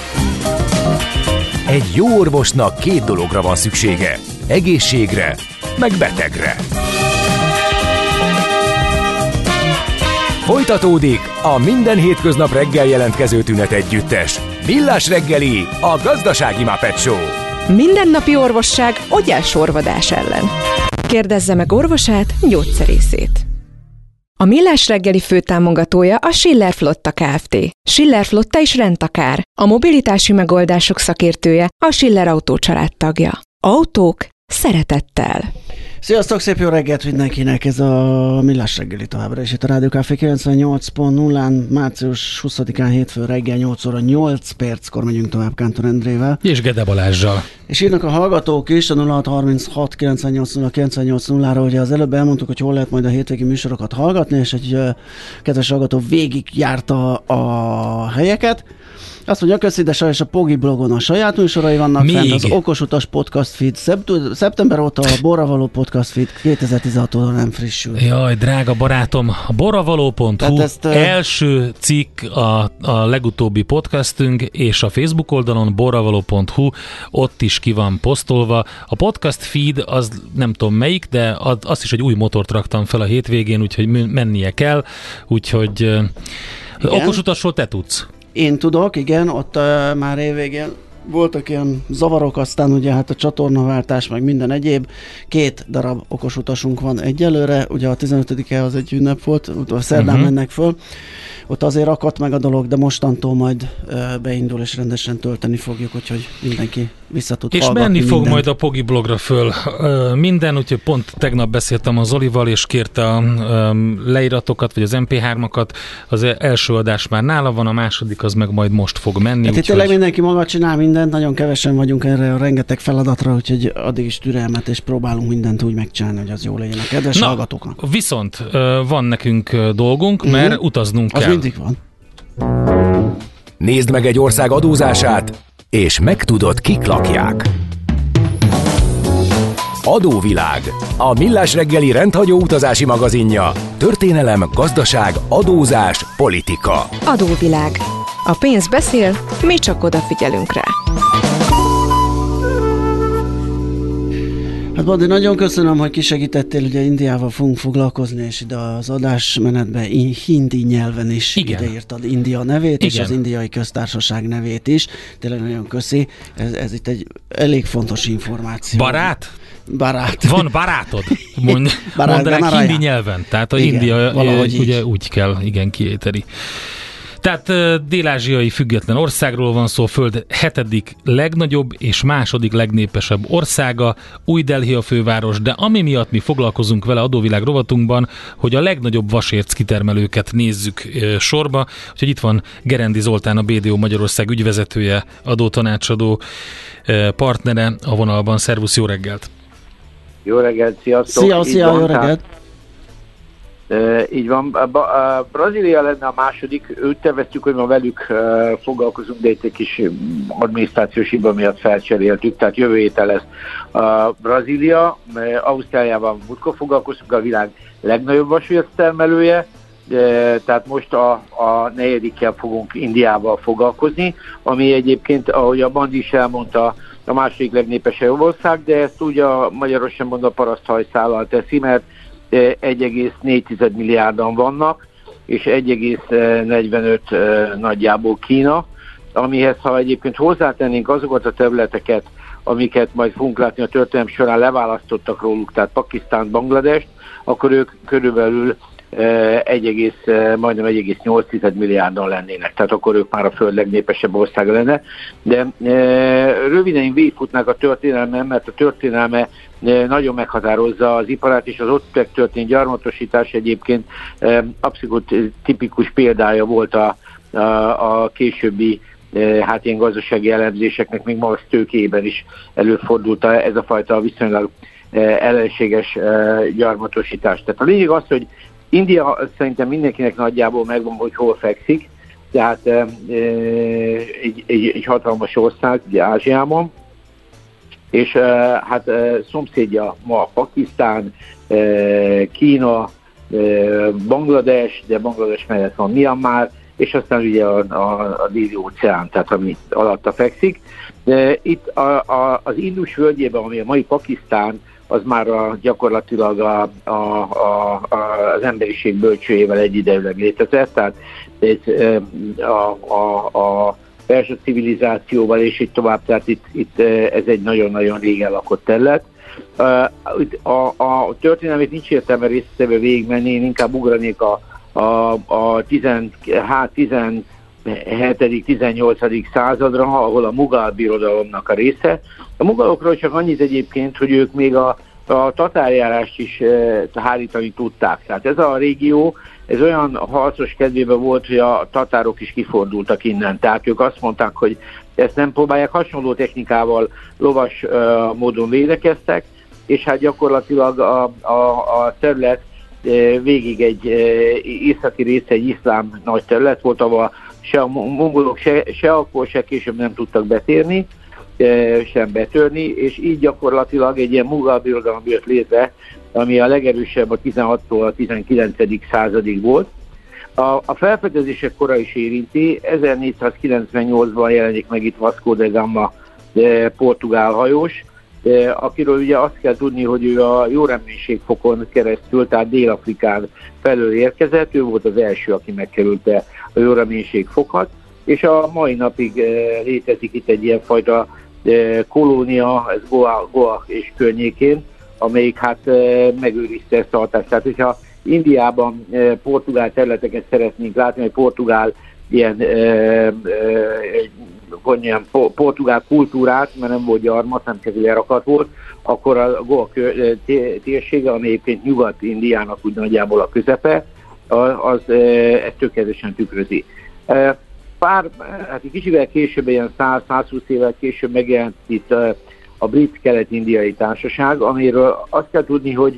Egy jó orvosnak két dologra van szüksége. Egészségre, meg betegre. Folytatódik a minden hétköznap reggel jelentkező tünet együttes. Millás reggeli, a gazdasági Muppet Show. Mindennapi orvosság ogyásorvadás ellen. Kérdezze meg orvosát, gyógyszerészét. A Millás reggeli főtámogatója a Schiller Flotta Kft. Schiller Flotta is rendtakár. A mobilitási megoldások szakértője, a Schiller Autó családtagja. Autók szeretettel. Sziasztok, szép jó reggelt mindenkinek, ez a Millás reggeli továbbra is itt a Rádió Café 98.0-án, március 20-án hétfő reggel 8 óra 8 perckor megyünk tovább Kántor Endrével. És Gede Balázssal. És írnak a hallgatók is a 0636 980 980-ra, ugye az előbb elmondtuk, hogy hol lehet majd a hétvégi műsorokat hallgatni, és egy kedves hallgató végig járta a helyeket. Azt mondja, köszi, de sajnos a Pogi blogon a saját műsorai vannak fent, az Okos Utas podcast feed szeptember óta, a Borravaló podcast feed 2016-tól nem frissül. Jaj, drága barátom, a borravaló.hu első cikk a legutóbbi podcastünk, és a Facebook oldalon borravaló.hu, ott is ki van posztolva. A podcast feed az nem tudom melyik, de azt is egy új motort raktam fel a hétvégén, úgyhogy mennie kell, úgyhogy Okos Utasról te tudsz. Én tudok, igen, ott már évvégén voltak ilyen zavarok, aztán ugye hát a csatornaváltás, meg minden egyéb. 2 darab okos utasunk van egyelőre, ugye a 15-e az egy ünnep volt, szerdán mennek föl. Ott azért akadt meg a dolog, de mostantól majd beindul és rendesen tölteni fogjuk, úgyhogy mindenki vissza tud és hallgatni. És menni fog majd a Pogi blogra föl minden, úgyhogy pont tegnap beszéltem a Zolival, és kérte a leiratokat, vagy az MP3-akat. Az első adás már nála van, a második az meg majd most fog menni. Hát itt tényleg mindenki maga csinál mindent, nagyon kevesen vagyunk erre a rengeteg feladatra, úgyhogy addig is türelmet, és próbálunk mindent úgy megcsinálni, hogy az jó legyen a kedves hallgatóknak. Viszont van nekünk dolgunk, mert utaznunk kell. Mindig van. Nézd meg egy ország adózását, és megtudod, kik lakják. Adóvilág, a Millás reggeli rendhagyó utazási magazinja. Történelem, gazdaság, adózás, politika. Adóvilág. A pénz beszél, mi csak odafigyelünk rá. Hát Badi, nagyon köszönöm, hogy kisegítettél, ugye Indiával fogunk foglalkozni, és ide az adásmenetben hindi nyelven is ideírtad India nevét, és az indiai köztársaság nevét is. Tényleg nagyon köszi, ez itt egy elég fontos információ. Barát? Barát. Van barátod? Mondanák hindi nyelven, tehát a India ugye úgy kell, kiejteni. Tehát dél-ázsiai független országról van szó, Föld 7. legnagyobb és második legnépesebb országa, Új Delhi a főváros, de ami miatt mi foglalkozunk vele adóvilág rovatunkban, hogy a legnagyobb vasérc kitermelőket nézzük sorba, úgyhogy itt van Gerendi Zoltán, a BDO Magyarország ügyvezetője, adótanácsadó partnere a vonalban. Szervusz, jó reggelt! Jó reggelt, sziasztok! Szia, jó reggelt! Így van. Brazília lenne a második, őt terveztük, hogy ma velük foglalkozunk, de itt egy kis adminisztrációs hiba miatt felcseréltük, tehát jövő héten lesz Brazília. Ausztráliában múltkor foglalkoztunk, a világ legnagyobb vasérc termelője, tehát most a negyedikkel fogunk Indiával foglalkozni, ami egyébként, ahogy a Bandi is elmondta, a második legnépesebb ország, de ezt úgy a magyarosan mondva paraszthajszállal teszi, mert 1,4 milliárdan vannak, és 1,45 nagyjából Kína, amihez, ha egyébként hozzátennénk azokat a területeket, amiket majd fogunk látni a történelem során, leválasztottak róluk, tehát Pakisztánt, Bangladest, akkor ők körülbelül majdnem 1,8 milliárdan lennének, tehát akkor ők már a föld legnépesebb országa lenne. De röviden végigfutnák a történelmen, mert a történelme nagyon meghatározza az iparát, és az ott történt gyarmatosítás egyébként abszolút tipikus példája volt a későbbi ilyen gazdasági elemzéseknek, még magas tőkében is előfordult ez a fajta viszonylag ellenséges gyarmatosítás. Tehát a lényeg az, hogy India szerintem mindenkinek nagyjából megvan, hogy hol fekszik, tehát egy hatalmas ország, ugye Ázsiában, és szomszédja ma Pakisztán, Kína, Banglades, de Banglades mellett van Myanmar, és aztán ugye a Déli óceán, tehát ami alatta fekszik. De itt az Indus völgyében, ami a mai Pakisztán, az már gyakorlatilag az emberiség bölcsőjével egyidejűleg létezett, tehát a perzsa civilizációval és így tovább, tehát itt ez egy nagyon-nagyon régen lakott terület. A történelmét nincs értelme részletbe végigmenni, én inkább ugranék a 17.-18. századra, ahol a Mugál birodalomnak a része. A mugalokról csak annyit egyébként, hogy ők még a tatárjárást is hárítani tudták. Tehát ez a régió, ez olyan harcos kedvében volt, hogy a tatárok is kifordultak innen. Tehát ők azt mondták, hogy ezt nem próbálják, hasonló technikával lovas módon védekeztek, és hát gyakorlatilag a terület végig egy északi része egy iszlám nagy terület volt, ahol se a mongolok se akkor, se később nem tudtak betérni, sem betörni, és így gyakorlatilag egy ilyen Mugál birodalom jött létre, ami a legerősebb a 16-tól a 19. századig volt. A felfedezések kora is érinti, 1498-ban jelenik meg itt Vasco da Gama portugál hajós, akiről ugye azt kell tudni, hogy ő a Jó-reménységfokon keresztül, tehát Dél-Afrikán felől érkezett, ő volt az első, aki megkerülte a Jó-reménységfokat, és a mai napig létezik itt egy ilyenfajta kolónia, ez Goa és környékén, amelyik hát megőrizte ezt a hatást. Tehát, hogyha Indiában portugál területeket szeretnénk látni, vagy portugál portugál kultúrát, mert nem volt gyarmat, nem kezülerakat volt, akkor a Goa térsége, ami egyébként Nyugat-Indiának úgy nagyjából a közepe, az ezt tökéletesen tükrözi. Hát egy kicsivel később, ilyen 100-120 évvel később megjelent itt a Brit Kelet-Indiai Társaság, amiről azt kell tudni, hogy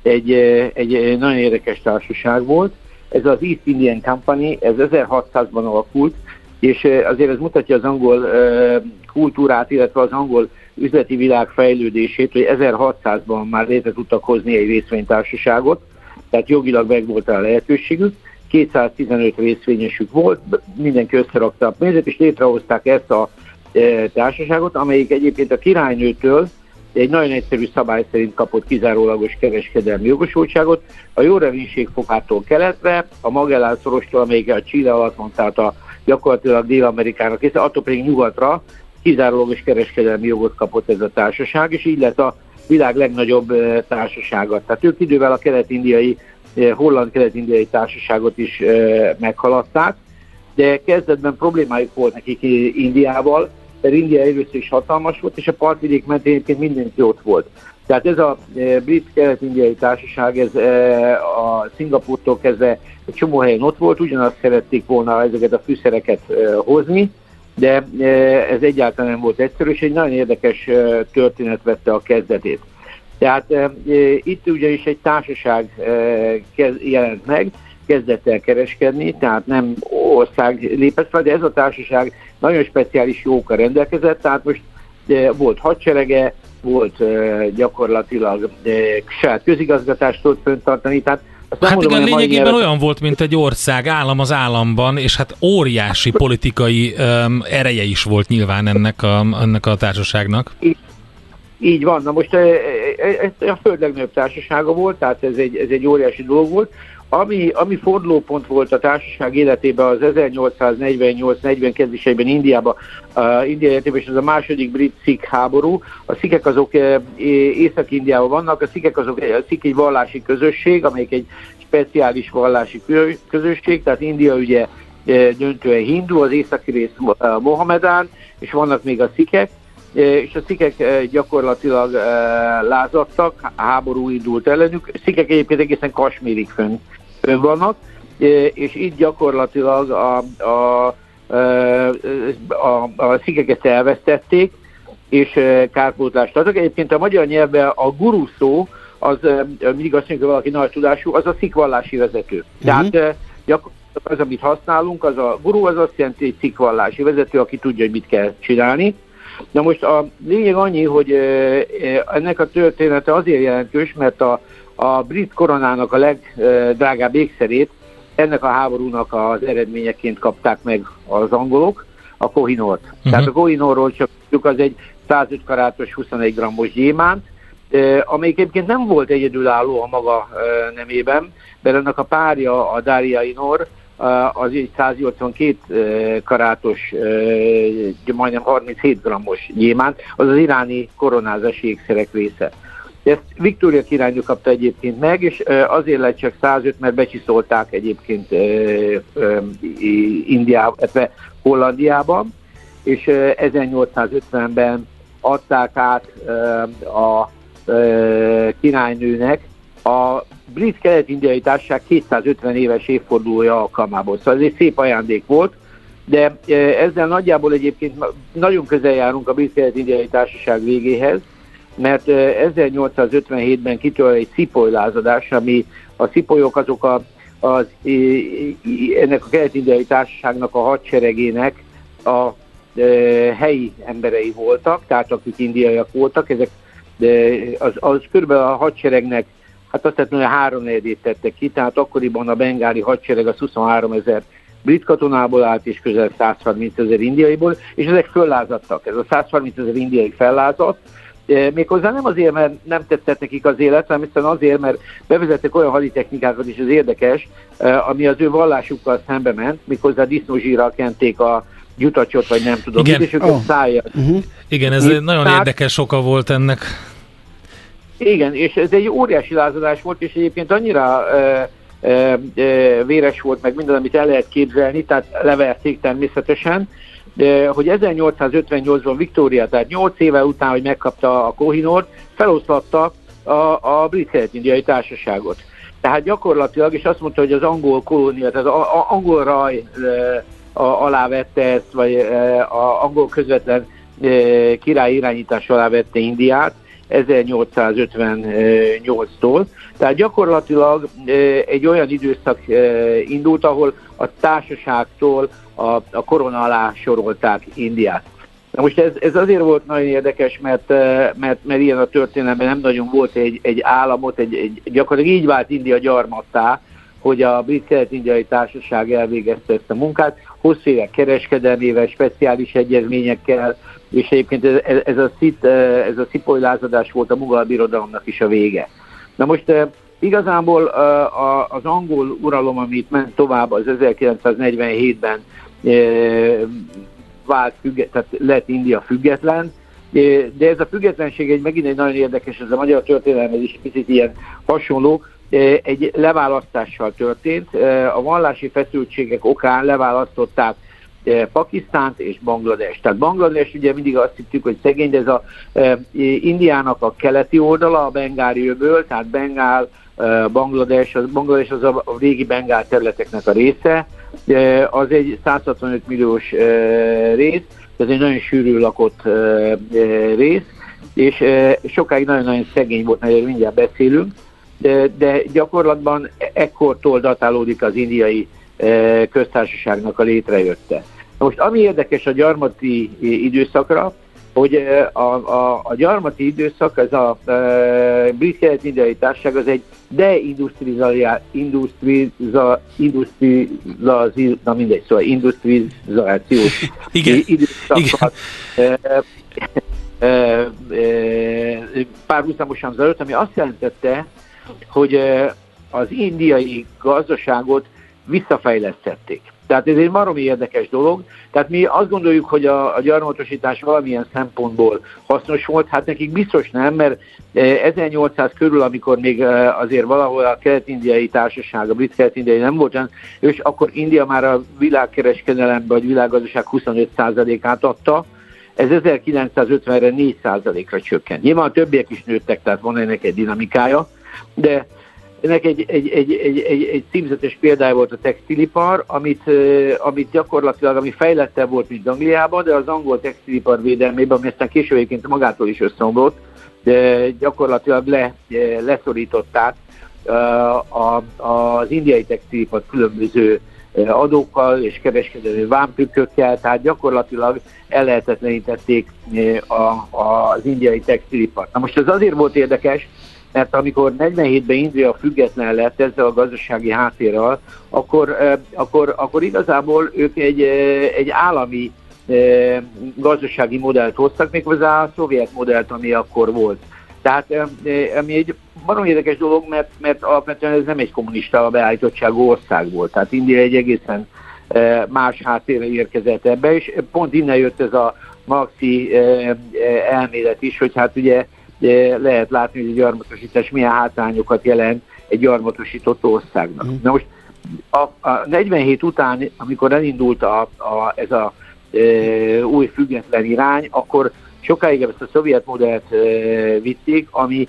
egy nagyon érdekes társaság volt. Ez az East Indian Company, ez 1600-ban alakult, és azért ez mutatja az angol kultúrát, illetve az angol üzleti világ fejlődését, hogy 1600-ban már létre tudtak hozni egy részvénytársaságot, tehát jogilag meg volt a lehetőségük, 215 részvényesük volt, mindenki összerakta a pénzet, és létrehozták ezt a társaságot, amelyik egyébként a királynőtől egy nagyon egyszerű szabály szerint kapott kizárólagos kereskedelmi jogosultságot. A Jó-reménységfokától keletre, a Magellán-szorostól, amelyik a Chile alatt van, tehát gyakorlatilag Dél-Amerikának, és attól pedig nyugatra kizárólagos kereskedelmi jogot kapott ez a társaság, és így lett a világ legnagyobb társasága. Tehát ők idővel a holland kelet-indiai társaságot is meghaladták, de kezdetben problémájuk volt nekik Indiával, mert India először is hatalmas volt, és a partvidék mentén egyébként mindenki ott volt. Tehát ez a brit kelet-indiai társaság, ez a Szingapúrtól kezdve egy csomó helyen ott volt, ugyanazt szerették volna ezeket a fűszereket hozni, de ez egyáltalán nem volt egyszerű, és egy nagyon érdekes történet vette a kezdetét. Tehát itt ugyanis egy társaság jelent meg, kezdett el kereskedni, tehát nem ország lépett fel, de ez a társaság nagyon speciális jókkal rendelkezett, tehát most volt hadserege, volt gyakorlatilag saját közigazgatást tudott fönntartani, tehát hát mondom, igen, lényegében olyan volt, mint egy ország, állam az államban, és hát óriási politikai ereje is volt nyilván ennek a társaságnak. Így van, na most a föld legnagyobb társasága volt, tehát ez egy óriási dolog volt. Ami fordulópont volt a társaság életében az 1848-40 kezdéseiben India életében, és ez a második brit-szikh háború. A szikhek azok Észak-Indiában vannak, a szikhek azok egy vallási közösség, amelyik egy speciális vallási közösség, tehát India ugye döntően hindu, az északi rész mohamedán, és vannak még a szikhek, és a szikhek gyakorlatilag lázadtak, háború indult ellenük. A szikhek egyébként egészen Kasmírig fönn vannak, és így gyakorlatilag a szikheket elvesztették, és kárpótlást adtak. Egyébként a magyar nyelvben a guru szó, az mindig azt mondjuk, hogy valaki nagy tudású, az a szikh vallási vezető. Tehát gyakorlatilag az, amit használunk, az a guru, az azt jelenti, hogy szikh vallási vezető, aki tudja, hogy mit kell csinálni. Na most a lényeg annyi, hogy ennek a története azért jelentős, mert a brit koronának a legdrágább ékszerét ennek a háborúnak az eredményeként kapták meg az angolok a Koh-i-Noort. Tehát a Koh-i-Noorról csak tudjuk, az egy 105 karátos 21 grammos gyémánt, amelyik egyébként nem volt egyedülálló a maga nemében, mert ennek a párja, a Darya-i-Noor, az egy 182 karátos, majdnem 37 grammos gyémánt, az az iráni koronázási ékszerek része. Ezt Viktória királynő kapta egyébként meg, és azért lett csak 105, mert becsiszolták egyébként Hollandiában, és 1850-ben adták át a királynőnek a Brit Kelet-Indiai Társaság 250 éves évfordulója alkalmából. Szóval ez egy szép ajándék volt, de ezzel nagyjából egyébként nagyon közel járunk a Brit Kelet-Indiai Társaság végéhez, mert 1857-ben kitör egy szipolylázadás, ami a szipolyok azok ennek a Kelet-Indiai Társaságnak a hadseregének a helyi emberei voltak, tehát akik indiaiak voltak, ezek az körülbelül a hadseregnek, hát azt lehet mondani, 3/4-ét tettek ki, tehát akkoriban a bengáli hadsereg az 23 000 brit katonából állt, és közel 130 000 indiaiból, és ezek föllázadtak. Ez a 130 000 indiai fellázadt, méghozzá nem azért, mert nem tetszett nekik az élet, hanem egyszerűen azért, mert bevezettek olyan haditechnikákat is, az érdekes, ami az ő vallásukkal szembe ment, méghozzá disznózsírral kenték a gyutacsot, vagy nem tudom, igen. És ők szállják. Igen, ez nagyon érdekes oka volt ennek. Igen, és ez egy óriási lázadás volt, és egyébként annyira véres volt meg minden, amit el lehet képzelni, tehát leverték természetesen, hogy 1858-ban Viktória, tehát 8 éve után, hogy megkapta a Koh-i-Noort, feloszlatta a Brit Kelet-Indiai Társaságot. Tehát gyakorlatilag, és azt mondta, hogy az angol kolónia, tehát az angol raj alá vette ezt, vagy az angol közvetlen király irányítás alá vette Indiát 1858-tól. Tehát gyakorlatilag egy olyan időszak indult, ahol a társaságtól a korona alá sorolták Indiát. Na most ez azért volt nagyon érdekes, mert ilyen a történelemben nem nagyon volt egy államot, gyakorlatilag így vált India gyarmattá, hogy a Brit Kelet-Indiai Társaság elvégezte ezt a munkát, hosszú évek kereskedelmével, speciális egyezményekkel, és egyébként ez a szipolylázadás volt a Mughal birodalomnak is a vége. Na most igazából az angol uralom, amit ment tovább, az 1947-ben tehát lett India független, de ez a függetlenség megint egy nagyon érdekes, ez a magyar történelemhez is picit ilyen hasonló, egy leválasztással történt. A vallási feszültségek okán leválasztották Pakisztánt és Banglades. Tehát Banglades ugye mindig azt hittük, hogy szegény, de ez a Indiának a keleti oldala, a Bengáli öböl, tehát Bengál, Banglades az a régi Bengál területeknek a része, az egy 165 milliós rész, ez egy nagyon sűrű lakott rész, és sokáig nagyon-nagyon szegény volt, mert mindjárt beszélünk, de gyakorlatban ekkortól datálódik az indiai köztársaságnak a létrejötte. Most ami érdekes a gyarmati időszakra, hogy a gyarmati időszak, ez a Brit Kelet-Indiai Társaság, az egy industrializációs időszakat párhuzamosan zajlott, ami azt jelentette, hogy az indiai gazdaságot visszafejlesztették. Tehát ez egy baromi érdekes dolog. Tehát mi azt gondoljuk, hogy a gyarmatosítás valamilyen szempontból hasznos volt, hát nekik biztos nem, mert 1800 körül, amikor még azért valahol a Kelet-Indiai Társaság, a Brit Kelet-Indiai nem volt, és akkor India már a világkereskedelemben, vagy világgazdaság 25%-át adta, ez 1950-re 4%-ra csökkent. Nyilván a többiek is nőttek, tehát van ennek egy dinamikája, de ennek egy címzetes példája volt a textilipar, amit gyakorlatilag, ami fejlettebb volt, mint Angliában, de az angol textilipar védelmében, ami aztán később egyébként magától is összeomlott, de gyakorlatilag leszorították az indiai textilipart különböző adókkal és kereskedelmi vámtrükkökkel, tehát gyakorlatilag ellehetetlenítették az indiai textilipart. Na most ez azért volt érdekes, mert amikor 47-ben India független lett ezzel a gazdasági háttérrel, akkor igazából ők egy állami gazdasági modellt hoztak, méghozzá a szovjet modellt, ami akkor volt. Tehát ami egy baromi érdekes dolog, mert alapvetően ez nem egy kommunista beállítottságú ország volt. Tehát India egy egészen más háttérre érkezett ebbe, és pont innen jött ez a marxi elmélet is, hogy hát ugye lehet látni, hogy a gyarmatosítás milyen hátrányokat jelent egy gyarmatosított országnak. Na most a 47 után, amikor elindult ez a új független irány, akkor sokáig ezt a szovjet modellt vitték, ami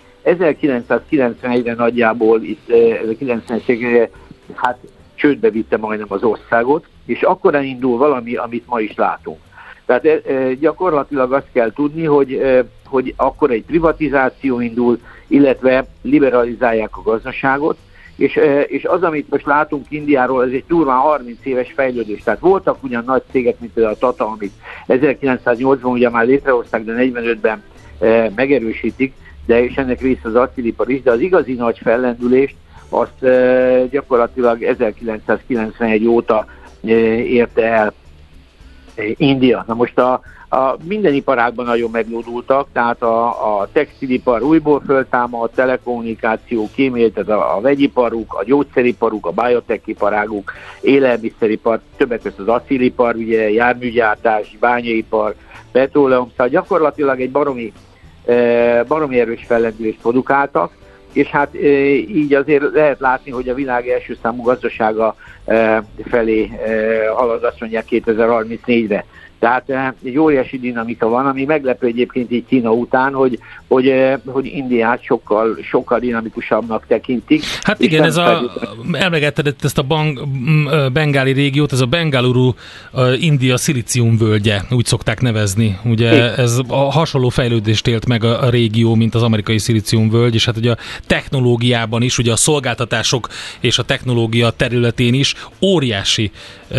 1991-re nagyjából itt 90-es hát csődbe vitte majdnem az országot, és akkor elindul valami, amit ma is látunk. Tehát gyakorlatilag azt kell tudni, hogy akkor egy privatizáció indul, illetve liberalizálják a gazdaságot, és az, amit most látunk Indiáról, ez egy durván 30 éves fejlődés. Tehát voltak ugyan nagy cégek, mint a Tata, amit 1980-ban ugye már létrehozták, de 45-ben megerősítik, de és ennek része az acélipar is, de az igazi nagy fellendülést azt gyakorlatilag 1991 óta érte el India. Na most a minden iparágban nagyon meglódultak, tehát a textilipar újból föltámadt, a telekommunikáció, kémia, tehát a vegyiparuk, a gyógyszeriparuk, a biotech iparáguk, élelmiszeripar, többek között az acélipar, ugye járműgyártás, bányaipar, petróleum, szóval gyakorlatilag egy baromi erős fellendülést produkáltak, és hát így azért lehet látni, hogy a világ első számú gazdasága felé halad, azt mondják 2034-re. Tehát egy óriási dinamika van, ami meglepő egyébként így Kína után, hogy Indiát sokkal dinamikusabbnak tekintik. Hát igen, emlegetted ezt a bengáli régiót, ez a Bengaluru India szilíciumvölgye, úgy szokták nevezni. Ugye ez a hasonló fejlődést élt meg a régió, mint az amerikai szilíciumvölgy, és hát ugye a technológiában is, ugye a szolgáltatások és a technológia területén is óriási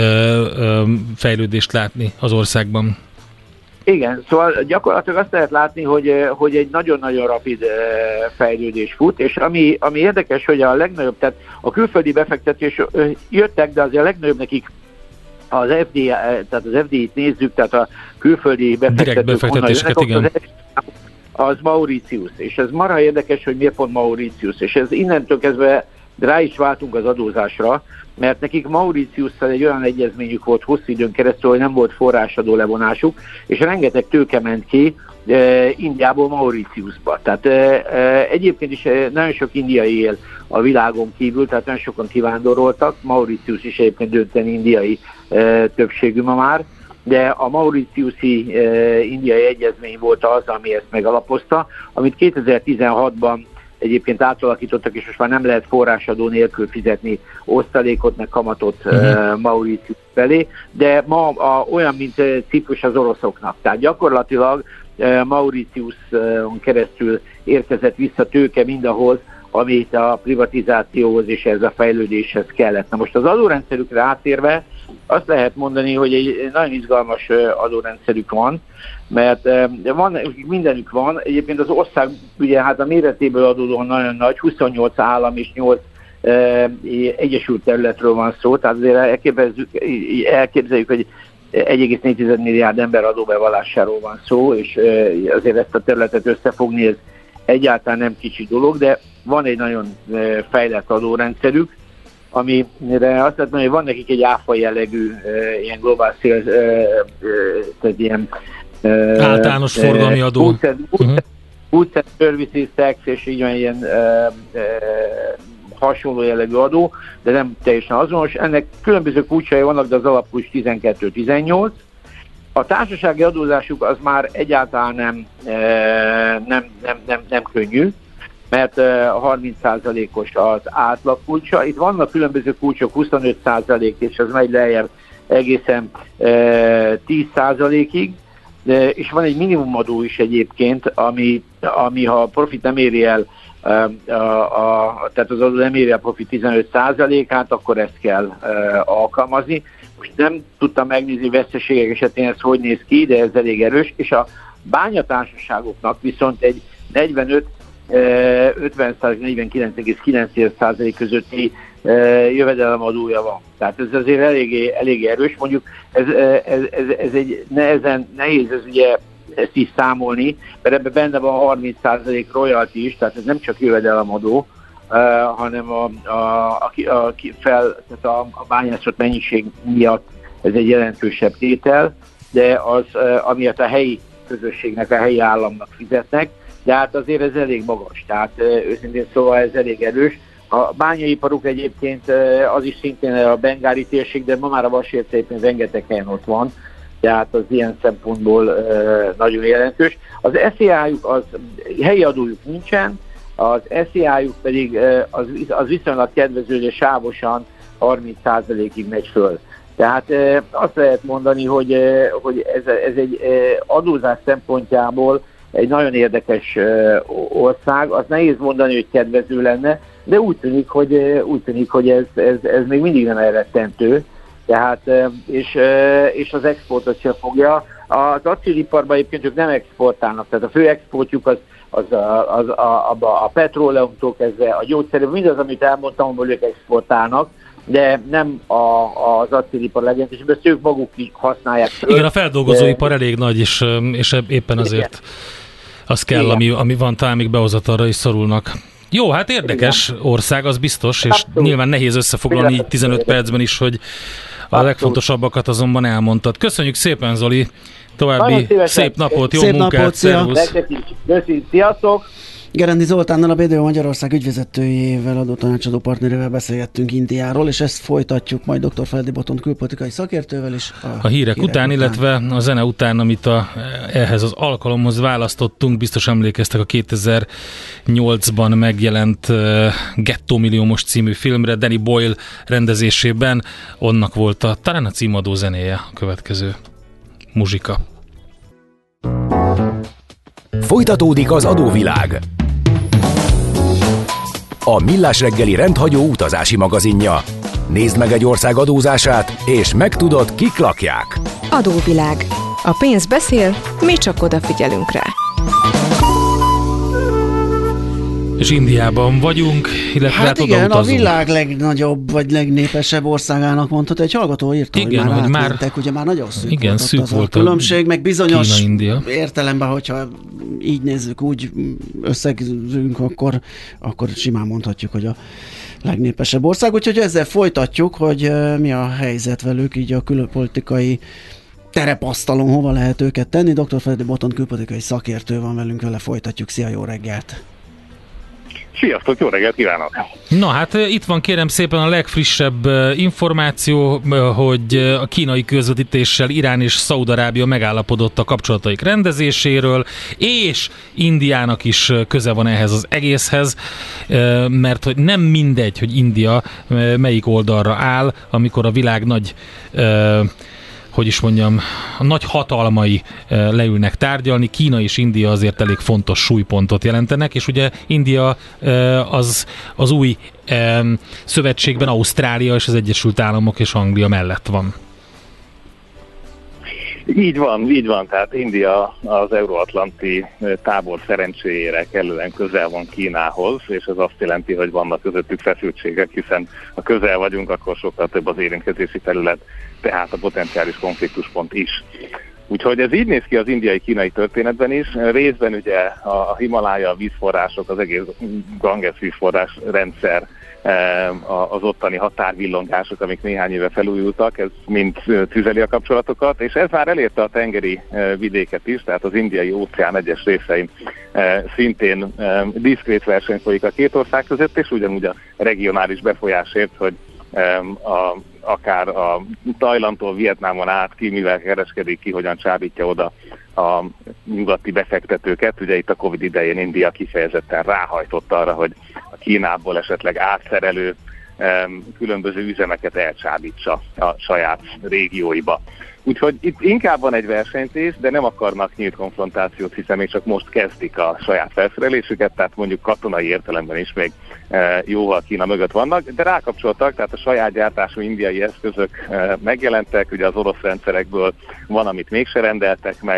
fejlődést látni az országban. Igen, szóval gyakorlatilag azt lehet látni, hogy egy nagyon-nagyon rapid fejlődés fut, és ami érdekes, hogy a legnagyobb, tehát a külföldi befektetés jöttek, de azért a legnagyobb nekik az FDI, tehát az FDI-t nézzük, tehát a külföldi befektetéseket, igen. Az Mauritius, és ez marha érdekes, hogy miért pont Mauritius, és ez innentől kezdve rá is váltunk az adózásra, mert nekik Mauritiusszal egy olyan egyezményük volt hosszú időn keresztül, hogy nem volt forrásadó levonásuk, és rengeteg tőke ment ki Indiából Mauritiusba. Tehát egyébként is nagyon sok indiai él a világon kívül, tehát nagyon sokan kivándoroltak, Mauritius is egyébként döntően indiai többségű ma már, de a Mauritiusi indiai egyezmény volt az, ami ezt megalapozta, amit 2016-ban egyébként átalakítottak, és most már nem lehet forrásadó nélkül fizetni osztalékot, meg kamatot Mauritius felé, de ma olyan, mint Ciprus az oroszoknak. Tehát gyakorlatilag Mauritiuson keresztül érkezett vissza tőke mindahhoz, amit a privatizációhoz és ez a fejlődéshez kellett. Na most az adórendszerükre átérve azt lehet mondani, hogy egy nagyon izgalmas adórendszerük van, mert mindenük van. Egyébként az ország ugye hát a méretéből adódóan nagyon nagy, 28 állam és 8 egyesült területről van szó, tehát azért elképzeljük, hogy 1,4 milliárd ember adóbevallásáról van szó, és azért ezt a területet összefogni, ez egyáltalán nem kicsi dolog, de van egy nagyon fejlett adórendszerük, amire azt lehet mondani, hogy van nekik egy áfa jellegű ilyen globál sales, tehát ilyen általános forgalmi adó. Goods and Services Tax, és így van ilyen hasonló jellegű adó, de nem teljesen azonos. Ennek különböző kulcsai vannak, de az alapkulcs 12-18. A társasági adózásuk az már egyáltalán nem könnyű, mert 30%-os az átlagkulcsa. Itt vannak különböző kulcsok, 25%, és az megy lejjebb egészen 10%-ig, és van egy minimumadó is egyébként, ami ha a profit nem éri el, tehát az adó nem éri el a profit 15%-át, akkor ezt kell alkalmazni. Most nem tudtam megnézni veszteségek esetén ez hogy néz ki, de ez elég erős, és a bányatársaságoknak viszont egy 45 50-49,9% közötti jövedelemadója van. Tehát ez azért eléggé erős. Mondjuk ez egy nehéz ez ugye ezt is számolni, mert ebben benne van 30% royalty is, tehát ez nem csak jövedelemadó, hanem a bányászat mennyiség miatt ez egy jelentősebb tétel, de az amiatt a helyi közösségnek, a helyi államnak fizetnek, de hát azért ez elég magas, tehát őszintén szóval ez elég erős. A bányaiparuk egyébként az is szintén a bengáli térség, de ma már a vasércépen rengeteg helyen ott van, tehát az ilyen szempontból nagyon jelentős. Az SZIA-juk, az helyi adójuk nincsen, az SZIA-juk pedig az viszonylag kedvező, de sávosan 30%-ig megy föl. Tehát azt lehet mondani, hogy ez egy adózás szempontjából egy nagyon érdekes ország. Az nehéz mondani, hogy kedvező lenne, de úgy tűnik, hogy ez még mindig nem elrettentő. Tehát, és az exportot sem fogja. Az acéliparban egyébként ők nem exportálnak, tehát a fő exportjuk a petróleumtól kezdve a gyógyszerű, mindaz, amit elmondtam, abból ők exportálnak, de nem az acélipar legjelentősebb, ezt ők maguk használják. Igen, a feldolgozóipar elég nagy, és éppen azért az kell, ami van, talán még behozatalra is szorulnak. Jó, hát érdekes ország, az biztos, és nyilván nehéz összefoglalni így 15 percben is, hogy a legfontosabbakat azonban elmondtad. Köszönjük szépen, Zoli! További szép napot, jó munkát, szervusz! Sziasztok! Gerendi Zoltánnal, a BDO Magyarország ügyvezetőjével, adótanácsadó partnerével beszélgettünk Indiáról, és ezt folytatjuk majd dr. Feledi Botont külpolitikai szakértővel is. A hírek után, illetve a zene után, amit ehhez az alkalomhoz választottunk, biztos emlékeztek a 2008-ban megjelent Gettó milliómos című filmre, Danny Boyle rendezésében, onnak volt talán a címadó zenéje a következő muzsika. Folytatódik az adóvilág. A Millás reggeli rendhagyó utazási magazinja. Nézd meg egy ország adózását, és megtudod, kik lakják. Adóvilág. A pénz beszél, mi csak odafigyelünk rá. És Indiában vagyunk, illetve hát igen, odautazunk. A világ legnagyobb vagy legnépesebb országának mondható. Egy hallgató írta, igen, hogy már átmentek, ugye már nagyon szűk igen, volt szűk az volt a különbség, meg bizonyos Kína-India értelemben, hogyha így nézzük, úgy összegzünk, akkor simán mondhatjuk, hogy a legnépesebb ország. Úgyhogy ezzel folytatjuk, hogy mi a helyzet velük, így a külpolitikai terepasztalon hova lehet őket tenni. Dr. Feledi Botont külpolitikai szakértő van velünk, vele folytatjuk. Szia, jó reggelt! Sziasztok, jó reggelt kívánok! Na hát itt van kérem szépen a legfrissebb információ, hogy a kínai közvetítéssel Irán és Szaúd-Arábia megállapodott a kapcsolataik rendezéséről, és Indiának is köze van ehhez az egészhez, mert hogy nem mindegy, hogy India melyik oldalra áll, amikor a világ nagy a nagy hatalmai leülnek tárgyalni. Kína és India azért elég fontos súlypontot jelentenek, és ugye India az új szövetségben Ausztrália és az Egyesült Államok és Anglia mellett van. Így van, tehát India az euróatlanti tábor szerencséjére kellően közel van Kínához, és ez azt jelenti, hogy vannak közöttük feszültségek, hiszen ha közel vagyunk, akkor sokkal több az érintkezési terület, tehát a potenciális konfliktuspont is. Úgyhogy ez így néz ki az indiai-kínai történetben is. Részben ugye a Himalája, a vízforrások, az egész Ganges vízforrás rendszer, az ottani határvillongások, amik néhány éve felújultak, ez mind tüzeli a kapcsolatokat, és ez már elérte a tengeri vidéket is, tehát az indiai óceán egyes részein szintén diszkrét verseny folyik a két ország között, és ugyanúgy a regionális befolyásért, hogy akár a Tajlandtól Vietnámon át ki, mivel kereskedik ki, hogyan csábítja oda a nyugati befektetőket. Ugye itt a Covid idején India kifejezetten ráhajtott arra, hogy a Kínából esetleg átszerelő különböző üzemeket elcsábítsa a saját régióiba. Úgyhogy itt inkább van egy versenyzés, de nem akarnak nyílt konfrontációt, hiszen még csak most kezdik a saját felszerelésüket, tehát mondjuk katonai értelemben is még jóval Kína mögött vannak, de rákapcsoltak, tehát a saját gyártású indiai eszközök megjelentek, ugye az orosz rendszerekből van, amit mégse rendeltek meg,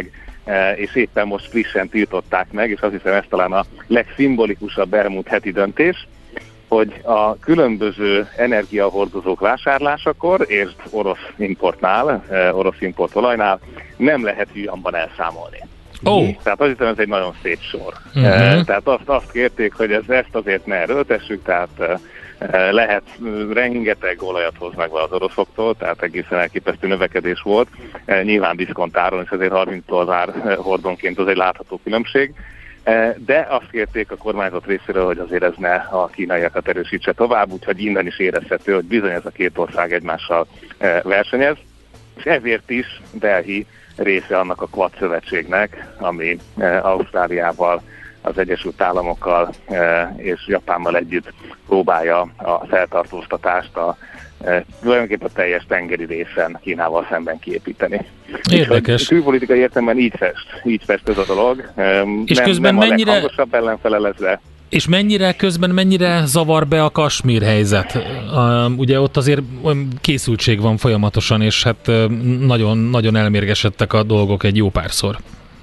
és éppen most frissen tiltották meg, és azt hiszem ez talán a legszimbolikusabb elmúlt heti döntés, hogy a különböző energiahordozók vásárlásakor, és orosz importnál, orosz import olajnál nem lehet hűamban elszámolni. Tehát azt hiszem, ez egy nagyon szép sor. Tehát azt kérték, hogy ezt azért ne erőltessük, tehát lehet, rengeteg olajat hoznak be az oroszoktól, tehát egészen elképesztő növekedés volt. Nyilván diszkontáron, és azért $30 hordonként az egy látható különbség. De azt kérték a kormányzat részéről, hogy azért ez ne a kínaiakat erősítse tovább, úgyhogy innen is érezhető, hogy bizony ez a két ország egymással versenyez. És ezért is Delhi része annak a Quad szövetségnek, ami Ausztráliával, az Egyesült Államokkal és Japánnal együtt próbálja a feltartóztatást tulajdonképpen a teljes tengeri részen Kínával szemben kiépíteni. Érdekes. Külpolitikai értelemben így fest ez a dolog. És közben nem mennyire... a leghangosabb ellenfele lesz, de... És mennyire zavar be a Kasmír helyzet? Ugye ott azért készültség van folyamatosan, és hát nagyon, nagyon elmérgesedtek a dolgok egy jó párszor.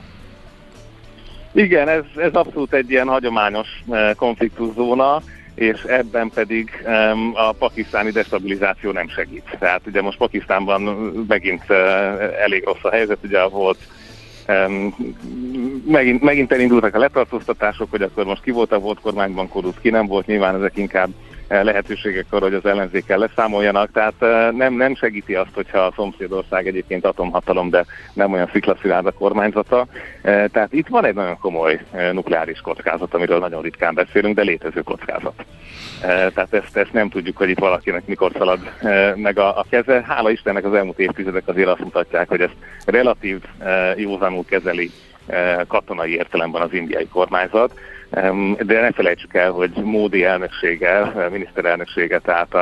Igen, ez abszolút egy ilyen hagyományos konfliktuszóna, és ebben pedig a pakisztáni destabilizáció nem segít. Tehát ugye most Pakisztánban megint elég rossz a helyzet, ugye volt megint elindultak a letartóztatások, hogy akkor most ki volt a volt kormányban korrupt, ki nem volt, nyilván ezek inkább lehetőségek arra, hogy az ellenzékkel leszámoljanak, tehát nem segíti azt, hogyha a szomszédország egyébként atomhatalom, de nem olyan sziklaszilárd a kormányzata. Tehát itt van egy nagyon komoly nukleáris kockázat, amiről nagyon ritkán beszélünk, de létező kockázat. Tehát ezt nem tudjuk, hogy itt valakinek mikor szalad meg a keze. Hála Istennek az elmúlt évtizedek azért azt mutatják, hogy ezt relatív józanul kezeli katonai értelemben az indiai kormányzat, de ne felejtsük el, hogy Módi elnöksége, miniszterelnöksége, tehát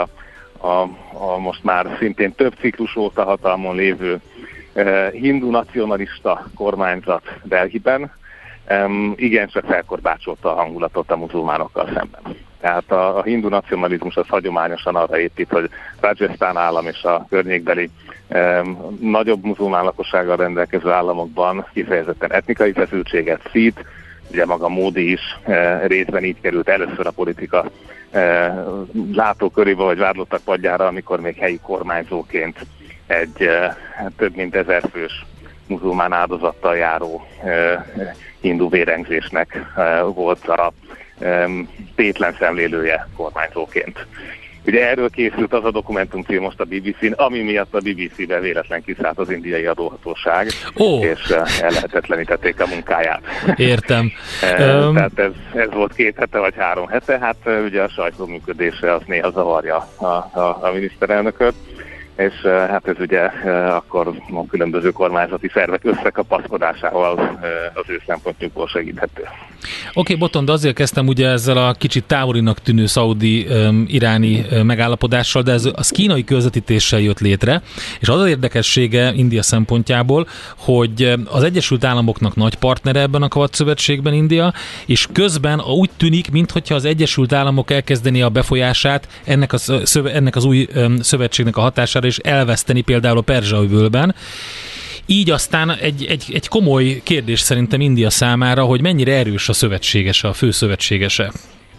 a most már szintén több ciklus óta hatalmon lévő hindu nacionalista kormányzat Delhiben igencsak felkorbácsolta a hangulatot a muzulmánokkal szemben. Tehát a hindu nacionalizmus az hagyományosan arra épít, hogy Rajasztán állam és a környékbeli nagyobb muzulmán lakossággal rendelkező államokban kifejezetten etnikai feszültséget szít. Ugye maga Módi is részben így került először a politika látókörébe vagy vádlottak padjára, amikor még helyi kormányzóként egy több mint 1000 fős muzulmán áldozattal járó hindu vérengzésnek volt a tétlen szemlélője kormányzóként. Ugye erről készült az a dokumentumfilm most a BBC-n, ami miatt a BBC-be véletlen kiszállt az indiai adóhatóság, és ellehetetlenítették a munkáját. Értem. Tehát ez volt 2 hete vagy 3 hete, hát ugye a sajtó működése az néha zavarja a miniszterelnököt, és hát ez ugye akkor a különböző kormányzati szervek összekapaszkodásával az ő szempontjukból segíthető. Oké, Botond, de azért kezdtem ugye ezzel a kicsit távolinak tűnő szaudi-iráni megállapodással, de ez az kínai közvetítéssel jött létre, és az az érdekessége India szempontjából, hogy az Egyesült Államoknak nagy partnere ebben a Quad szövetségben India, és közben úgy tűnik, minthogyha az Egyesült Államok elkezdeni a befolyását ennek az új szövetségnek a hatására, és elveszteni például a Perzsa-öbölben. Így aztán egy komoly kérdés szerintem India számára, hogy mennyire erős a szövetségese, a fő szövetségese.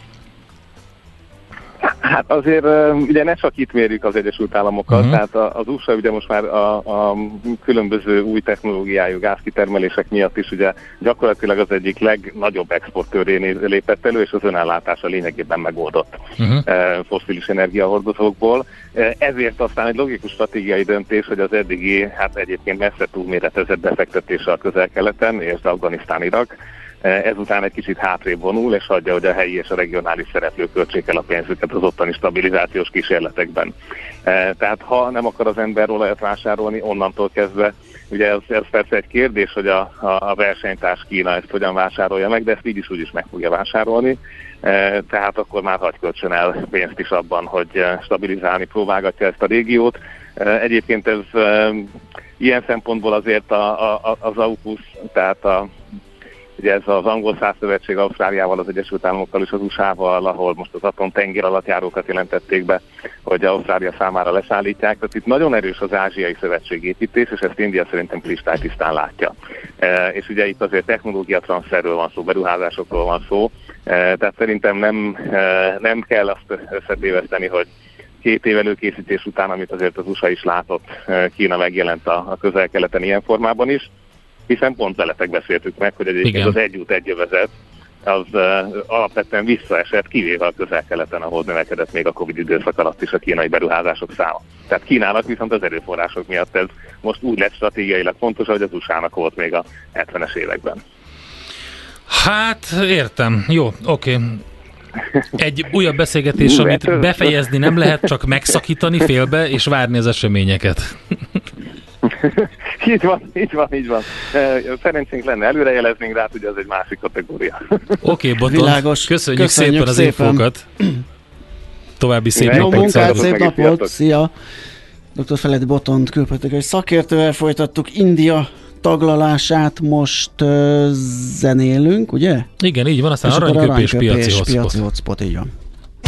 Hát azért ugye ne csak itt mérjük az Egyesült Államokat, tehát az USA ugye most már a különböző új technológiájú gázkitermelések miatt is ugye gyakorlatilag az egyik legnagyobb exportőré lépett elő, és az önellátása lényegében megoldott fosszilis energiahordozókból. Ezért aztán egy logikus stratégiai döntés, hogy az eddigi, hát egyébként messze túlméretezett befektetése a Közel-Keleten és Afganisztán-Irak ezután egy kicsit hátrébb vonul, és hagyja, hogy a helyi és a regionális szereplők költsék el a pénzüket az ottani stabilizációs kísérletekben. Tehát ha nem akar az ember olajat vásárolni, onnantól kezdve, ugye ez persze egy kérdés, hogy a versenytárs Kína ezt hogyan vásárolja meg, de ezt így is úgy is meg fogja vásárolni. Tehát akkor már hagy költsön el pénzt is abban, hogy stabilizálni próbálgatja ezt a régiót. Egyébként ez ilyen szempontból azért az AUKUS, tehát Ugye ez az angol száz szövetség Ausztráliával, az Egyesült Államokkal és az USA-val, ahol most az atomtenger alattjárókat jelentették be, hogy Ausztrália számára leszállítják. Tehát itt nagyon erős az ázsiai szövetségépítés, és ezt India szerintem kristálytisztán látja. És ugye itt azért technológiatranszferről van szó, beruházásokról van szó, tehát szerintem nem kell azt összetéveszteni, hogy 2 év előkészítés után, amit azért az USA is látott, Kína megjelent a közel-keleten ilyen formában is, hiszen pont veletek beszéltük meg, hogy egyébként az egy út, egy övezet az alapvetően visszaesett, kivéve a közel-keleten, ahol növekedett még a Covid időszak alatt is a kínai beruházások száma. Tehát Kínának viszont az erőforrások miatt ez most úgy lett stratégiailag fontos, hogy az USA-nak volt még a 70-es években. Hát, értem. Jó, oké. Egy újabb beszélgetés, amit befejezni nem lehet, csak megszakítani félbe, és várni az eseményeket. Így van. Szerencsénk lenne előrejeleznénk, de hát ugye az egy másik kategória. Oké, Botond. Világos. Köszönjük szépen az infókat. További szép napot. Jó munkát, szép napot. Szia. Dr. Feledi Botond külpolitikai szakértővel folytattuk India taglalását, most zenélünk, ugye? Igen, így van, aztán aranyköpés, piaci hotspot, így van.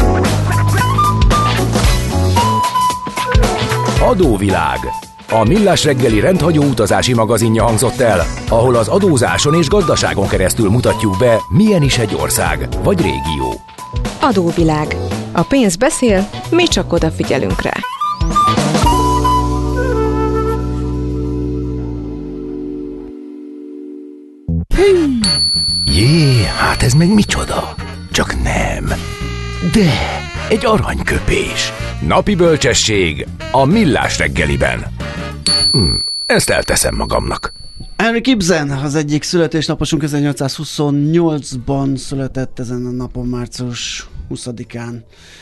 Adóvilág. A Millás reggeli rendhagyó utazási magazinja hangzott el, ahol az adózáson és gazdaságon keresztül mutatjuk be, milyen is egy ország vagy régió. Adóvilág. A pénz beszél, mi csak odafigyelünk rá. Jé, hát ez meg micsoda? Csak nem. De egy aranyköpés. Napi bölcsesség a Millás reggeliben. Ezt elteszem magamnak. Henry Gibson az egyik születésnaposunk, 1828-ban született ezen a napon, március 20-án.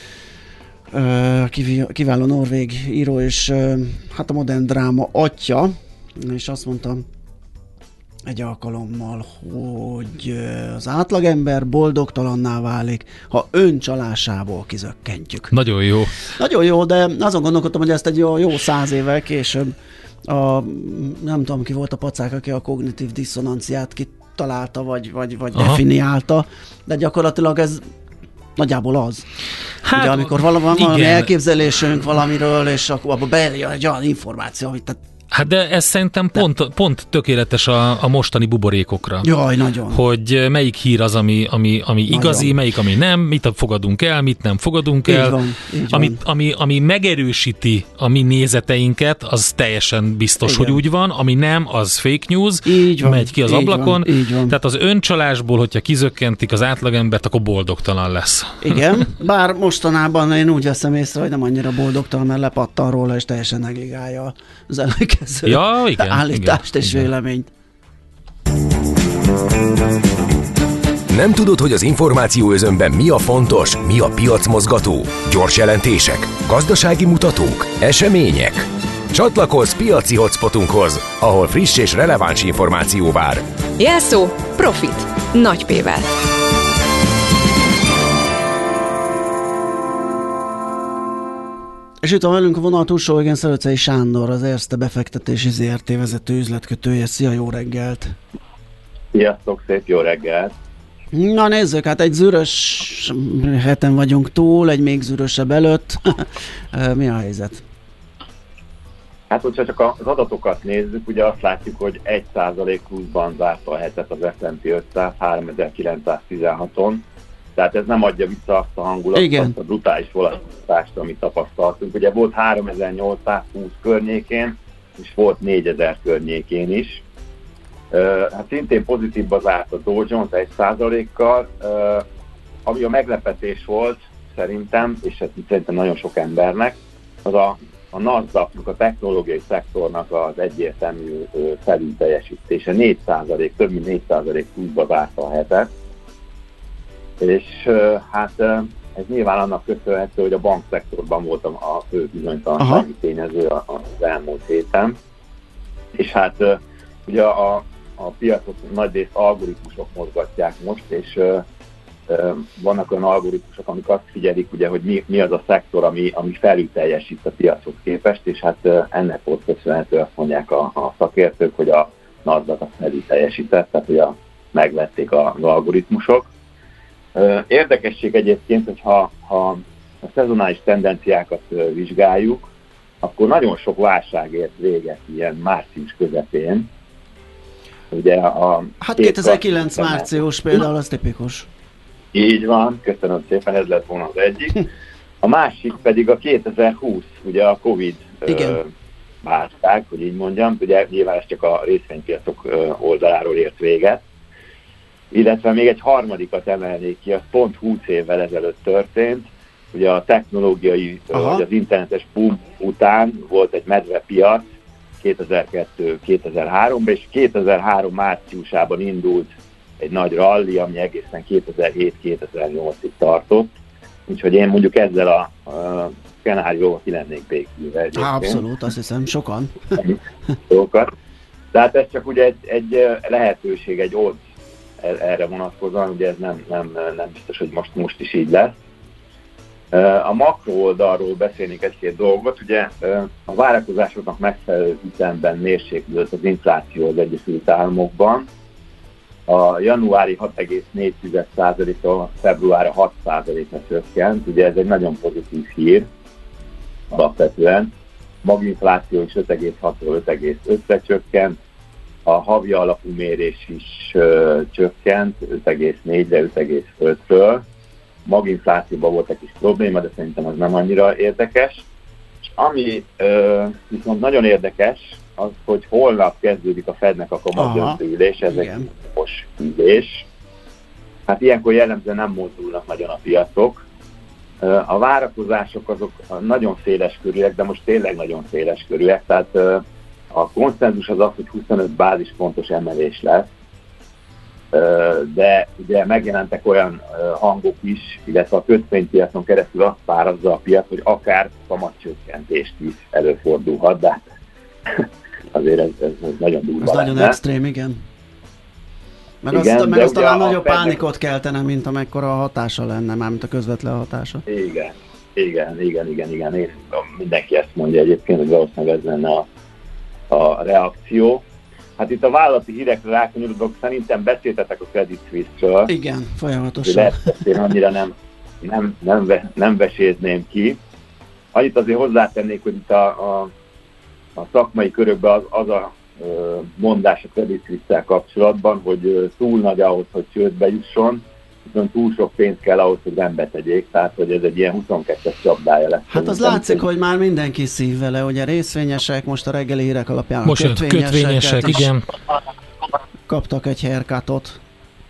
Kiváló norvég író, és hát a modern dráma atya, és azt mondtam egy alkalommal, hogy az átlagember boldogtalanná válik, ha öncsalásából kizökkentjük. Nagyon jó. Nagyon jó, de azon gondolkodtam, hogy ezt egy jó 100 évvel később nem tudom, ki volt a pacák, aki a kognitív diszonanciát kitalálta, vagy definiálta, de gyakorlatilag ez nagyjából az. Hát, ugye, amikor valami elképzelésünk valamiről, és akkor abba bejön egy olyan információ, amit hát de ez szerintem pont tökéletes a mostani buborékokra. Jaj, nagyon. Hogy melyik hír az, ami igazi, melyik, ami nem, mit fogadunk el, mit nem fogadunk el. Ami megerősíti a mi nézeteinket, az teljesen biztos, hogy úgy van, ami nem, az fake news, megy ki az ablakon. Van. Tehát az öncsalásból, hogyha kizökkentik az átlagembert, akkor boldogtalan lesz. Igen, bár mostanában én úgy veszem észre, hogy nem annyira boldogtalan, mert lepattan róla, és teljesen negligálja az ellenkező állítást és véleményt. Nem tudod, hogy az információ özönben mi a fontos, mi a piacmozgató? Gyors jelentések, gazdasági mutatók, események? Csatlakozz piaci hotspotunkhoz, ahol friss és releváns információ vár. Jelszó Profit. Nagy P-vel. És itt van velünk a vonal túlsó végén Szelőcei Sándor, az Erste befektetési ZRT vezető üzletkötője. Szia, jó reggelt! Sziasztok, szép jó reggelt! Na nézzük, hát egy zűrös heten vagyunk túl, egy még zűrösebb előtt. Mi a helyzet? Hát, hogyha csak az adatokat nézzük, ugye azt látjuk, hogy 1% pluszban zárta a hetet az S&P 500 3916-on. Tehát ez nem adja vissza azt a hangulatot, azt a brutális volatilitást, amit tapasztaltunk. Ugye volt 3820 környékén, és volt 4000 környékén is. Hát szintén pozitívba zárt a Dow Jones 1%-kal, ami a meglepetés volt szerintem, és hát szerintem nagyon sok embernek, az a NASDAQ-nak, a technológiai szektornak az egyértelmű felülteljesítése. 4%, több mint 4% pluszba zárta a hetet. És hát ez nyilván annak köszönhető, hogy a bankszektorban volt a fő bizonytalansági tényező az elmúlt héten. És hát ugye a piacot nagyrészt algoritmusok mozgatják most, és vannak olyan algoritmusok, amik azt figyelik, ugye, hogy mi az a szektor, ami felül teljesít a piachoz képest, és hát ennek volt köszönhető, azt mondják a szakértők, hogy a NASDAQ felül teljesített, tehát hogy a megvették az algoritmusok. Érdekesség egyébként, hogy ha a szezonális tendenciákat vizsgáljuk, akkor nagyon sok válság ért véget ilyen március közepén. Ugye hát 2009 március például az tipikus. Így van, köszönöm szépen, ez lett volna az egyik. A másik pedig a 2020, ugye a Covid válság, hogy így mondjam, ugye nyilván ez csak a részvénypiacok oldaláról ért véget. Illetve még egy harmadikat emelnék ki, az pont 20 évvel ezelőtt történt. Ugye a technológiai, vagy az internetes boom után volt egy medvepiac 2002-2003-ban, és 2003 márciusában indult egy nagy ralli, ami egészen 2007-2008-ig tartott. Úgyhogy én mondjuk ezzel a szenárióval ki lennék békülve. Abszolút, azt hiszem, sokan. Tehát ez csak ugye egy lehetőség, egy odds erre vonatkozóan, ugye ez nem biztos, hogy most is így lesz. A makro oldalról beszélnék egy-két dolgot, ugye a várakozásoknak megfelelő ütemben mérséklődött az infláció az Egyesült Államokban. A januári 6,4%-a februárra 6%-ra csökkent, ugye ez egy nagyon pozitív hír alapvetően. Maginfláció is 5,6-ról 5,5-re csökkent, a havi alapú mérés is csökkent 5,4-re 5,5-ről. Maginflációban volt egy kis probléma, de szerintem az nem annyira érdekes. És ami viszont nagyon érdekes, az, hogy holnap kezdődik a Fednek a kamatdöntő ülés, ez egy most ülés. Hát ilyenkor jellemzően nem mozdulnak nagyon a piacok. A várakozások azok nagyon széleskörűek, de most tényleg nagyon széleskörűek, tehát a konszenzus az az, hogy 25 bázispontos emelés lesz, de ugye megjelentek olyan hangok is, illetve a kötvénypiacon keresztül azt párazza a piac, hogy akár kamatcsökkentést is előfordulhat, de azért ez nagyon durva. Ez nagyon extrém, igen. Meg az talán nagyobb pánikot keltene, mint amekkora a hatása lenne, mármint a közvetlen hatása. Igen. Mindenki ezt mondja egyébként, hogy valószínűleg ez lenne a reakció. Hát itt a vállalati hírekre rákanyarodok, szerintem beszéltetek a Credit Suisse-ről. Igen, folyamatosan. Én annyira nem vesézném ki. Annyit azért hozzátennék, hogy itt a szakmai körökben az a mondás a Credit Suisse-szel kapcsolatban, hogy túl nagy ahhoz, hogy csődbe jusson, viszont túl sok pénz kell ahhoz, hogy rendbe tegyék, tehát hogy ez egy ilyen 22-es csapdája lesz. Hát az látszik, hogy már mindenki szív vele, ugye részvényesek, most a reggeli hírek alapján most kötvényesek, igen. Kaptak egy haircutot.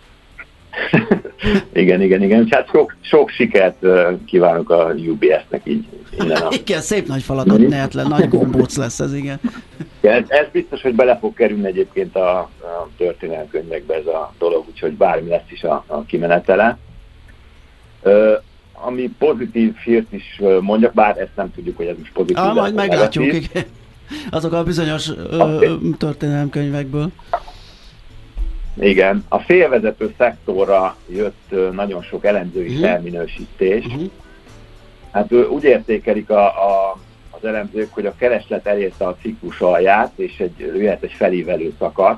igen. Hát sok sikert kívánok a UBS-nek így innen. Igen, szép nagy falatot nehetlen, nagy gombóc lesz ez, igen. Ez biztos, hogy bele fog kerülni egyébként a történelemkönyvekbe ez a dolog, úgyhogy bármi lesz is a kimenetele. Ami pozitív hírt is mondjak, bár ezt nem tudjuk, hogy ez is pozitív. Majd meglátjuk, igen. Azok a bizonyos történelemkönyvekből. Igen, a félvezető szektorra jött nagyon sok elemzői felminősítés. Hát úgy értékelik az elemzők, hogy a kereslet elérte a ciklus alját, és jöhet egy felívelő szakasz.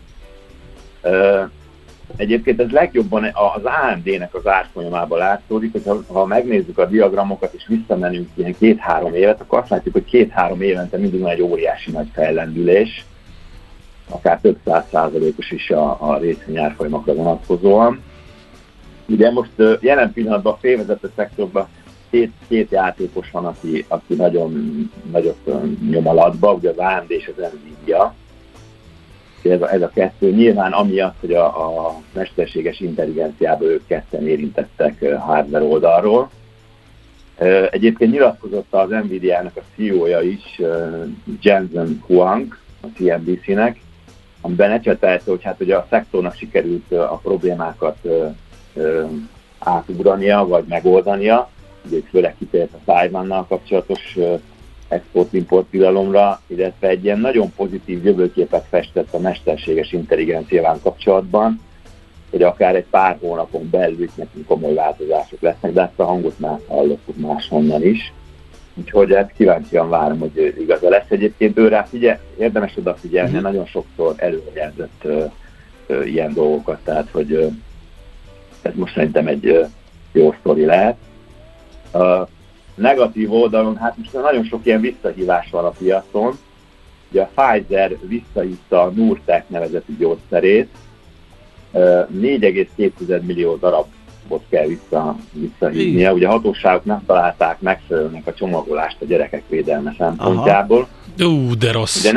Egyébként ez legjobban az AMD-nek az árfolyamában látszódik, hogy ha megnézzük a diagramokat és visszamenünk ilyen 2-3 évet, akkor azt látjuk, hogy 2-3 évente mindig van egy óriási nagy fellendülés, akár több 100%-os is a részvényárfolyamokra vonatkozóan. Ugye most jelen pillanatban a félvezető szektorban két játékos van, aki nagyon nagyot nyom alatba, ugye az AMD és az Nvidia. Ez a kettő nyilván amiatt, hogy a mesterséges intelligenciában ők ketten érintettek hardware oldalról. Egyébként nyilatkozott az Nvidia-nak a CEO-ja is, Jensen Huang, a CNBC-nek, amiben ecsetelte, hogy hát ugye a szektornak sikerült a problémákat átugrania, vagy megoldania, ugye főleg kitért a Taiwannal kapcsolatos export-import tilalomra, illetve egy ilyen nagyon pozitív jövőképet festett a mesterséges intelligenciával kapcsolatban, hogy akár egy pár hónapon belül itt nekünk komoly változások lesznek, de ezt a hangot már hallottuk máshonnan is. Úgyhogy hát kíváncsian várom, hogy igaza lesz. Egyébként őre érdemes odafigyelni, nagyon sokszor előrejelzett ilyen dolgokat, tehát hogy ez most szerintem egy jó sztori lehet. Negatív oldalon, hát most nagyon sok ilyen visszahívás van a piacon. Ugye a Pfizer visszahívta a Nurtec nevezetű gyógyszerét, 4,2 millió darabot kell visszahívnia. Ugye a hatóságok nem találták megfelelőnek a csomagolást a gyerekek védelme szempontjából. De rossz. Ugye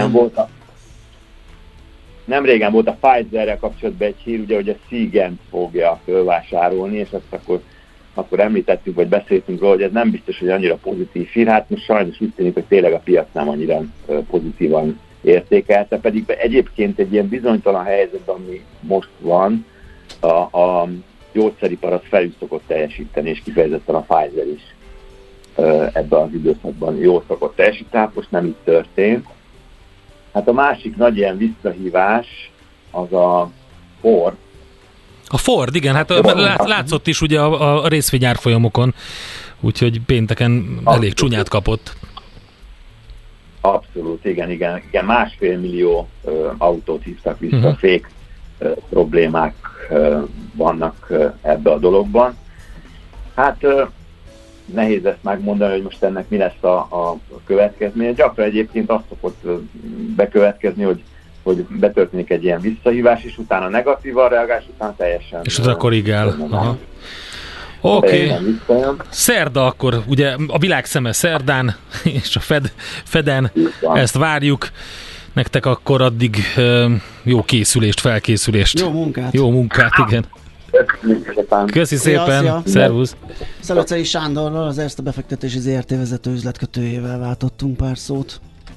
nemrégen volt a Pfizerrel kapcsolatban egy hír, ugye, hogy a Seagent fogja fölvásárolni, és azt akkor említettük, vagy beszéltünk róla, hogy ez nem biztos, hogy annyira pozitív hír. Hát most sajnos úgy tűnik, hogy tényleg a piac nem annyira pozitívan értékelte, pedig egyébként egy ilyen bizonytalan helyzetben, ami most van, a gyógyszeripar az felül szokott teljesíteni, és kifejezetten a Pfizer is ebben az időszakban jól szokott teljesíteni, most nem így történt. Hát a másik nagy ilyen visszahívás az a Ford. A Ford, igen, hát látszott is ugye a részvényárfolyamokon, úgyhogy pénteken elég csúnyát kapott. Abszolút, igen, 1,5 millió autót hívtak vissza, fék problémák vannak ebbe a dologban. Hát nehéz ezt megmondani, hogy most ennek mi lesz a következménye. Gyakran egyébként azt szokott bekövetkezni, hogy betörténik egy ilyen visszahívás, és utána negatívan reagálás, utána teljesen... És utána korrigál. Oké. Szerda akkor, ugye a világ szeme szerdán, és a Feden ezt várjuk. Nektek akkor addig jó készülést, felkészülést. Jó munkát, igen. Köszi szépen, szervusz! Szelőcei Sándorral, az Erste befektetési ZRT vezető üzletkötőjével váltottunk pár szót.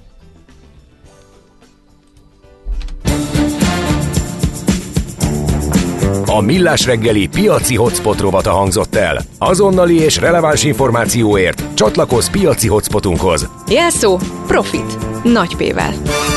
A Millás reggeli piaci hotspot rovata hangzott el. Azonnali és releváns információért csatlakozz piaci hotspotunkhoz. Jelszó Profit. Nagy P-vel.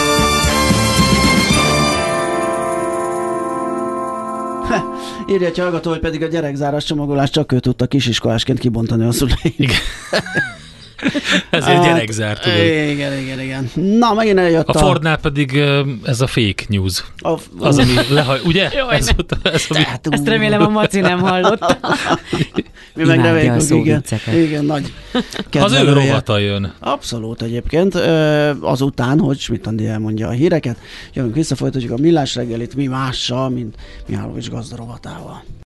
Írja egy hallgató, hogy pedig a gyerekzáras csomagolást csak ő tudta kisiskolásként kibontani a szüleim. Igen. Ezért gyerekzár, tudod. Igen. Na, megint eljött a Fordnál pedig ez a fake news. Az, ami ugye? Jó, ezt remélem a Maci nem hallotta. Mi meg reméljük, igen, nagy kedvelője. Az ő rovata jön. Abszolút egyébként. Azután, hogy Schmidt-Andi elmondja a híreket, jövünk vissza, folytatjuk a Millás reggelit, mi mással, mint Mihálovics gazda rovatával.